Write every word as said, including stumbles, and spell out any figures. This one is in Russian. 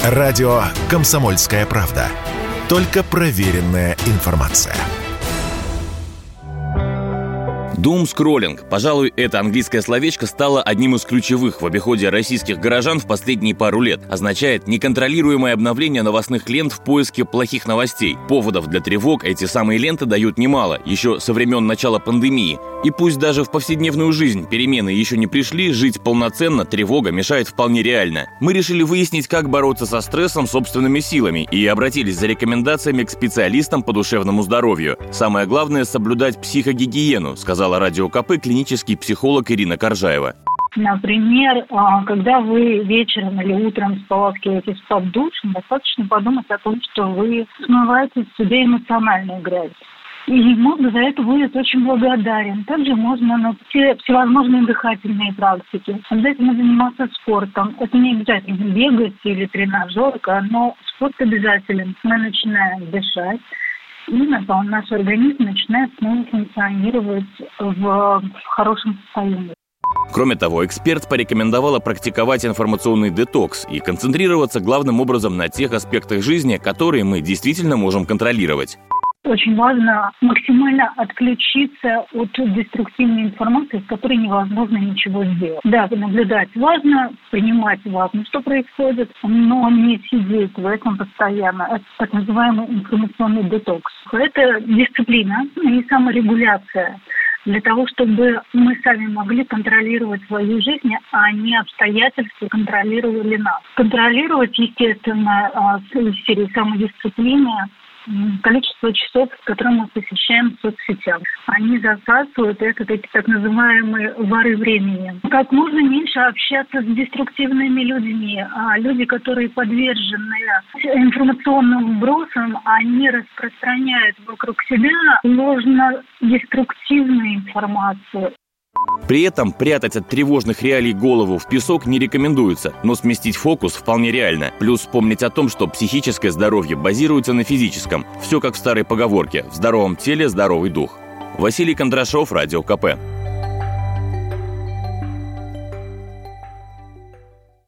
Радио «Комсомольская правда». Только проверенная информация. Думскроллинг. Пожалуй, это английское словечко стало одним из ключевых в обиходе российских горожан в последние пару лет. Означает неконтролируемое обновление новостных лент в поиске плохих новостей. Поводов для тревог эти самые ленты дают немало, еще со времен начала пандемии. И пусть даже в повседневную жизнь перемены еще не пришли, жить полноценно тревога мешает вполне реально. Мы решили выяснить, как бороться со стрессом собственными силами, и обратились за рекомендациями к специалистам по душевному здоровью. Самое главное – соблюдать психогигиену, сказала Радио КП клинический психолог Ирина Коржаева. Например, когда вы вечером или утром споласкиваетесь под душем, достаточно подумать о том, что вы смываете с себя эмоциональную грязь. И мозг за это будет очень благодарен. Также можно на все всевозможные дыхательные практики. Обязательно заниматься спортом. Это не обязательно бегать или тренажерка, но спорт обязателен. Мы начинаем дышать. И наш организм начинает снова функционировать в, в хорошем состоянии. Кроме того, эксперт порекомендовала практиковать информационный детокс и концентрироваться главным образом на тех аспектах жизни, которые мы действительно можем контролировать. Очень важно максимально отключиться от деструктивной информации, с которой невозможно ничего сделать. Да, наблюдать важно, принимать важно, что происходит, но не сидеть в этом постоянно. Это так называемый информационный детокс. Это дисциплина и саморегуляция для того, чтобы мы сами могли контролировать свою жизнь, а не обстоятельства контролировали нас. Контролировать, естественно, в серии самодисциплины количество часов, с которым мы посещаем соцсети. Они засасывают, это такие так называемые воры времени. Как можно меньше общаться с деструктивными людьми. А люди, которые подвержены информационным вбросам, они распространяют вокруг себя ложно-деструктивную информацию. При этом прятать от тревожных реалий голову в песок не рекомендуется, но сместить фокус вполне реально. Плюс помнить о том, что психическое здоровье базируется на физическом. Все как в старой поговорке: в здоровом теле здоровый дух. Василий Кондрашов, Радио КП.